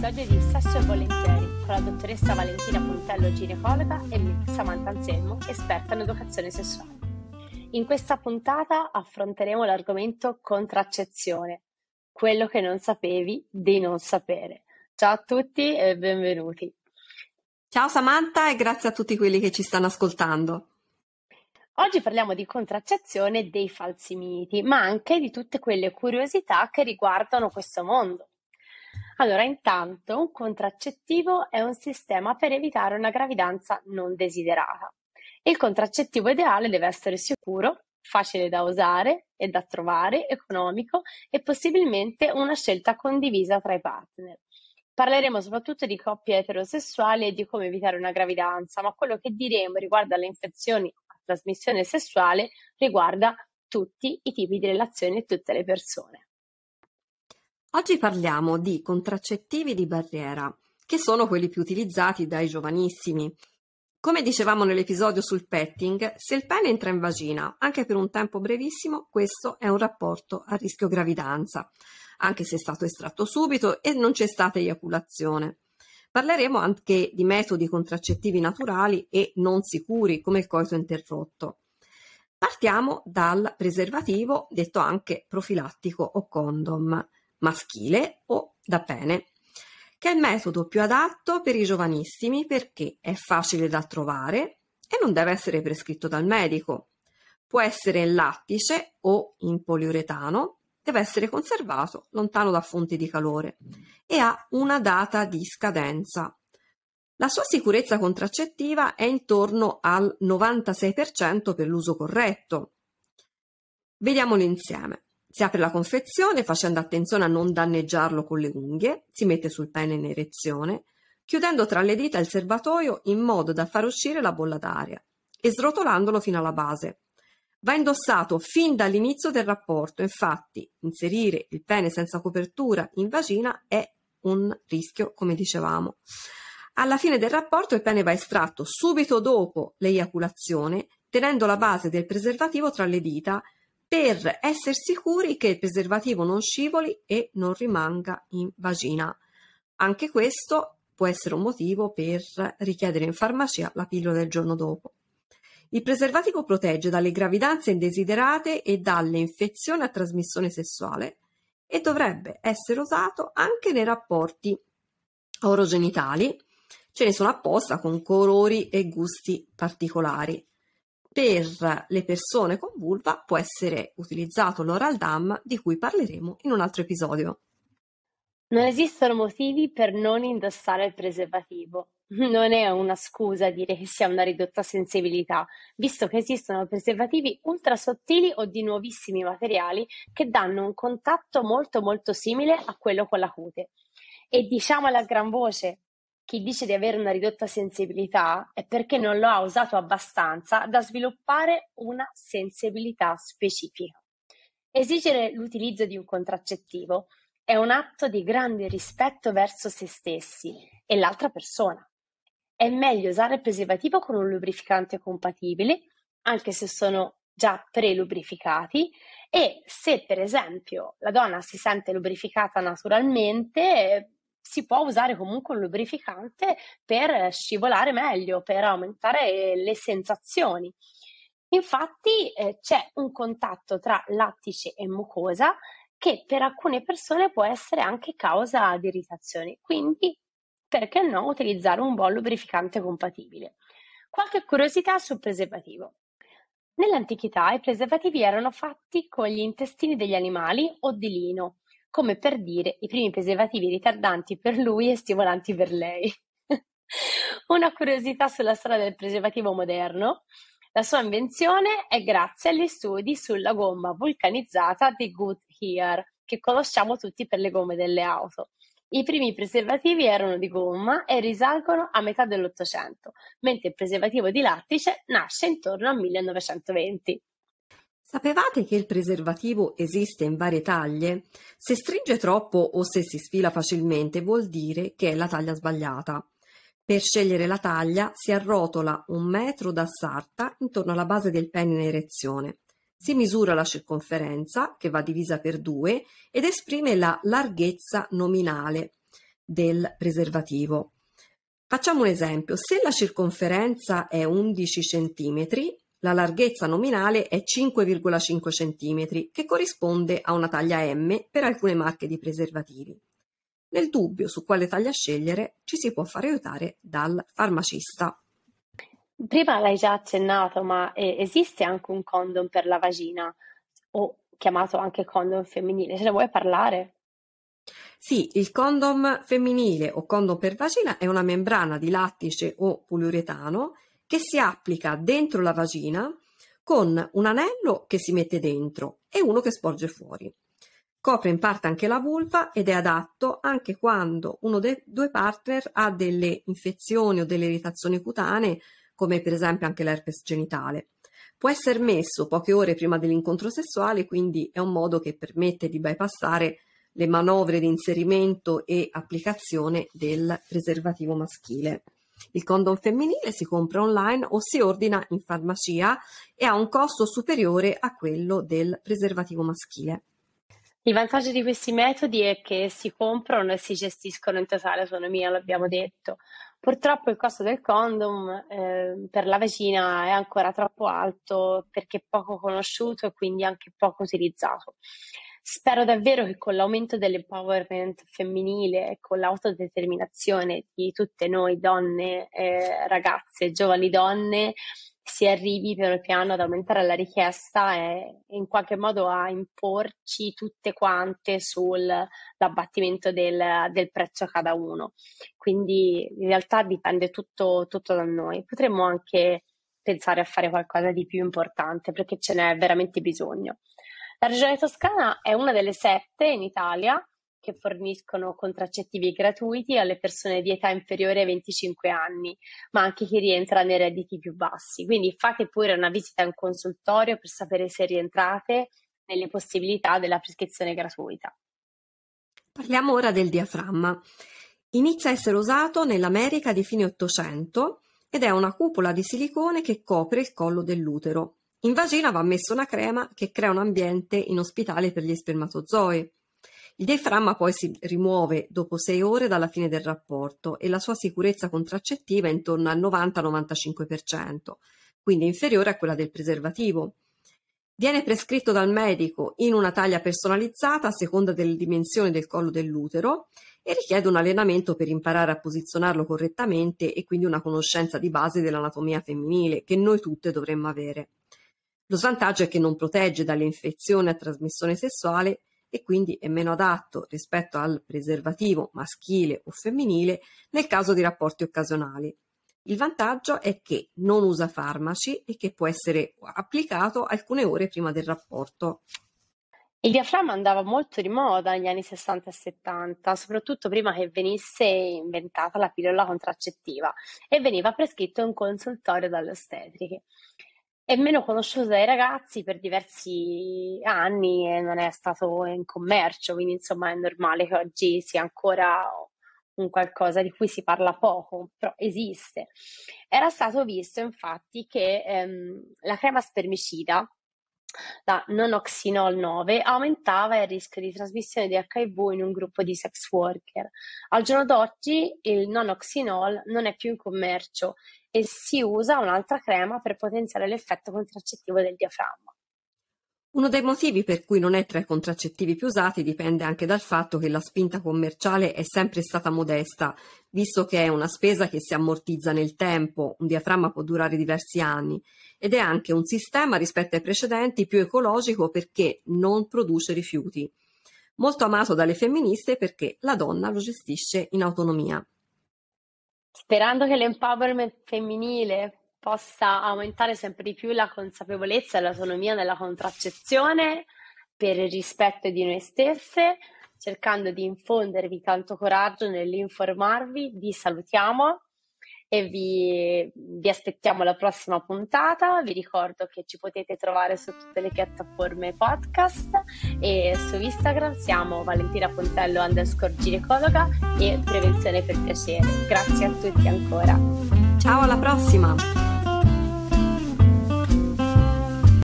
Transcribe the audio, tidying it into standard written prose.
episodio di Sesso e Volentieri con la dottoressa Valentina Puntello, ginecologa, e me, Samantha Anselmo, esperta in educazione sessuale. In questa puntata affronteremo l'argomento contraccezione, quello che non sapevi di non sapere. Ciao a tutti e benvenuti. Ciao Samantha e grazie a tutti quelli che ci stanno ascoltando. Oggi parliamo di contraccezione e dei falsi miti, ma anche di tutte quelle curiosità che riguardano questo mondo. Allora, intanto, un contraccettivo è un sistema per evitare una gravidanza non desiderata. Il contraccettivo ideale deve essere sicuro, facile da usare e da trovare, economico e possibilmente una scelta condivisa tra i partner. Parleremo soprattutto di coppie eterosessuali e di come evitare una gravidanza, ma quello che diremo riguardo alle infezioni a trasmissione sessuale riguarda tutti i tipi di relazioni e tutte le persone. Oggi parliamo di contraccettivi di barriera, che sono quelli più utilizzati dai giovanissimi. Come dicevamo nell'episodio sul petting, se il pene entra in vagina, anche per un tempo brevissimo, questo è un rapporto a rischio gravidanza, anche se è stato estratto subito e non c'è stata eiaculazione. Parleremo anche di metodi contraccettivi naturali e non sicuri, come il coito interrotto. Partiamo dal preservativo, detto anche profilattico o condom, maschile o da pene, che è il metodo più adatto per i giovanissimi perché è facile da trovare e non deve essere prescritto dal medico. Può essere in lattice o in poliuretano, deve essere conservato lontano da fonti di calore e ha una data di scadenza. La sua sicurezza contraccettiva è intorno al 96% per l'uso corretto. Vediamolo insieme. Si apre la confezione facendo attenzione a non danneggiarlo con le unghie, si mette sul pene in erezione, chiudendo tra le dita il serbatoio in modo da far uscire la bolla d'aria e srotolandolo fino alla base. Va indossato fin dall'inizio del rapporto, infatti inserire il pene senza copertura in vagina è un rischio, come dicevamo. Alla fine del rapporto il pene va estratto subito dopo l'eiaculazione, tenendo la base del preservativo tra le dita per essere sicuri che il preservativo non scivoli e non rimanga in vagina. Anche questo può essere un motivo per richiedere in farmacia la pillola del giorno dopo. Il preservativo protegge dalle gravidanze indesiderate e dalle infezioni a trasmissione sessuale e dovrebbe essere usato anche nei rapporti orogenitali. Ce ne sono apposta con colori e gusti particolari. Per le persone con vulva può essere utilizzato l'Oral Dam, di cui parleremo in un altro episodio. Non esistono motivi per non indossare il preservativo. Non è una scusa dire che si ha una ridotta sensibilità, visto che esistono preservativi ultra sottili o di nuovissimi materiali che danno un contatto molto molto simile a quello con la cute. E diciamolo a gran voce, chi dice di avere una ridotta sensibilità è perché non lo ha usato abbastanza da sviluppare una sensibilità specifica. Esigere l'utilizzo di un contraccettivo è un atto di grande rispetto verso se stessi e l'altra persona. È meglio usare il preservativo con un lubrificante compatibile, anche se sono già pre-lubrificati, e se per esempio la donna si sente lubrificata naturalmente, si può usare comunque un lubrificante per scivolare meglio, per aumentare le sensazioni. Infatti c'è un contatto tra lattice e mucosa che per alcune persone può essere anche causa di irritazioni, quindi perché no utilizzare un buon lubrificante compatibile. Qualche curiosità sul preservativo. Nell'antichità i preservativi erano fatti con gli intestini degli animali o di lino, come per dire i primi preservativi ritardanti per lui e stimolanti per lei. Una curiosità sulla storia del preservativo moderno. La sua invenzione è grazie agli studi sulla gomma vulcanizzata di Goodyear, che conosciamo tutti per le gomme delle auto. I primi preservativi erano di gomma e risalgono a metà dell'Ottocento, mentre il preservativo di lattice nasce intorno al 1920. Sapevate che il preservativo esiste in varie taglie? Se stringe troppo o se si sfila facilmente vuol dire che è la taglia sbagliata. Per scegliere la taglia si arrotola 1 metro da sarta intorno alla base del pene in erezione. Si misura la circonferenza, che va divisa per 2, ed esprime la larghezza nominale. del preservativo. Facciamo un esempio: se la circonferenza è 11 cm, la larghezza nominale è 5,5 cm, che corrisponde a una taglia M per alcune marche di preservativi. Nel dubbio su quale taglia scegliere, ci si può fare aiutare dal farmacista. Prima l'hai già accennato, ma esiste anche un condom per la vagina, o chiamato anche condom femminile? Ce ne vuoi parlare? Sì, il condom femminile o condom per vagina è una membrana di lattice o poliuretano che si applica dentro la vagina con un anello che si mette dentro e uno che sporge fuori. Copre in parte anche la vulva ed è adatto anche quando uno dei due partner ha delle infezioni o delle irritazioni cutanee, come per esempio anche l'herpes genitale. Può essere messo poche ore prima dell'incontro sessuale, quindi è un modo che permette di bypassare le manovre di inserimento e applicazione del preservativo maschile. Il condom femminile si compra online o si ordina in farmacia e ha un costo superiore a quello del preservativo maschile. Il vantaggio di questi metodi è che si comprano e si gestiscono in totale autonomia, l'abbiamo detto. Purtroppo il costo del condom per la vagina è ancora troppo alto perché è poco conosciuto e quindi anche poco utilizzato. Spero davvero che con l'aumento dell'empowerment femminile e con l'autodeterminazione di tutte noi donne, ragazze, giovani donne, si arrivi piano piano ad aumentare la richiesta e in qualche modo a imporci tutte quante sull'abbattimento del prezzo a cada uno. Quindi in realtà dipende tutto da noi. Potremmo anche pensare a fare qualcosa di più importante perché ce n'è veramente bisogno. La regione Toscana è una delle 7 in Italia che forniscono contraccettivi gratuiti alle persone di età inferiore ai 25 anni, ma anche chi rientra nei redditi più bassi. Quindi fate pure una visita in consultorio per sapere se rientrate nelle possibilità della prescrizione gratuita. Parliamo ora del diaframma. Inizia a essere usato nell'America di fine Ottocento ed è una cupola di silicone che copre il collo dell'utero. In vagina va messa una crema che crea un ambiente inospitale per gli spermatozoi. Il diaframma poi si rimuove dopo 6 ore dalla fine del rapporto e la sua sicurezza contraccettiva è intorno al 90-95%, quindi inferiore a quella del preservativo. Viene prescritto dal medico in una taglia personalizzata a seconda delle dimensioni del collo dell'utero e richiede un allenamento per imparare a posizionarlo correttamente e quindi una conoscenza di base dell'anatomia femminile che noi tutte dovremmo avere. Lo svantaggio è che non protegge dalle infezioni a trasmissione sessuale e quindi è meno adatto rispetto al preservativo maschile o femminile nel caso di rapporti occasionali. Il vantaggio è che non usa farmaci e che può essere applicato alcune ore prima del rapporto. Il diaframma andava molto di moda negli anni 60 e 70, soprattutto prima che venisse inventata la pillola contraccettiva e veniva prescritto in consultorio dalle ostetriche. È meno conosciuto dai ragazzi per diversi anni e non è stato in commercio, quindi insomma è normale che oggi sia ancora un qualcosa di cui si parla poco, però esiste. Era stato visto infatti che la crema spermicida, la Nonoxynol 9, aumentava il rischio di trasmissione di HIV in un gruppo di sex worker. Al giorno d'oggi il Nonoxynol non è più in commercio e si usa un'altra crema per potenziare l'effetto contraccettivo del diaframma. Uno dei motivi per cui non è tra i contraccettivi più usati dipende anche dal fatto che la spinta commerciale è sempre stata modesta, visto che è una spesa che si ammortizza nel tempo, un diaframma può durare diversi anni, ed è anche un sistema rispetto ai precedenti più ecologico perché non produce rifiuti. Molto amato dalle femministe perché la donna lo gestisce in autonomia. Sperando che l'empowerment femminile possa aumentare sempre di più la consapevolezza e l'autonomia nella contraccezione per il rispetto di noi stesse, cercando di infondervi tanto coraggio nell'informarvi, vi salutiamo e vi aspettiamo alla prossima puntata. Vi ricordo che ci potete trovare su tutte le piattaforme podcast e su Instagram siamo valentina.pontello_ginecologa e prevenzione per piacere. Grazie a tutti ancora. Ciao, alla prossima!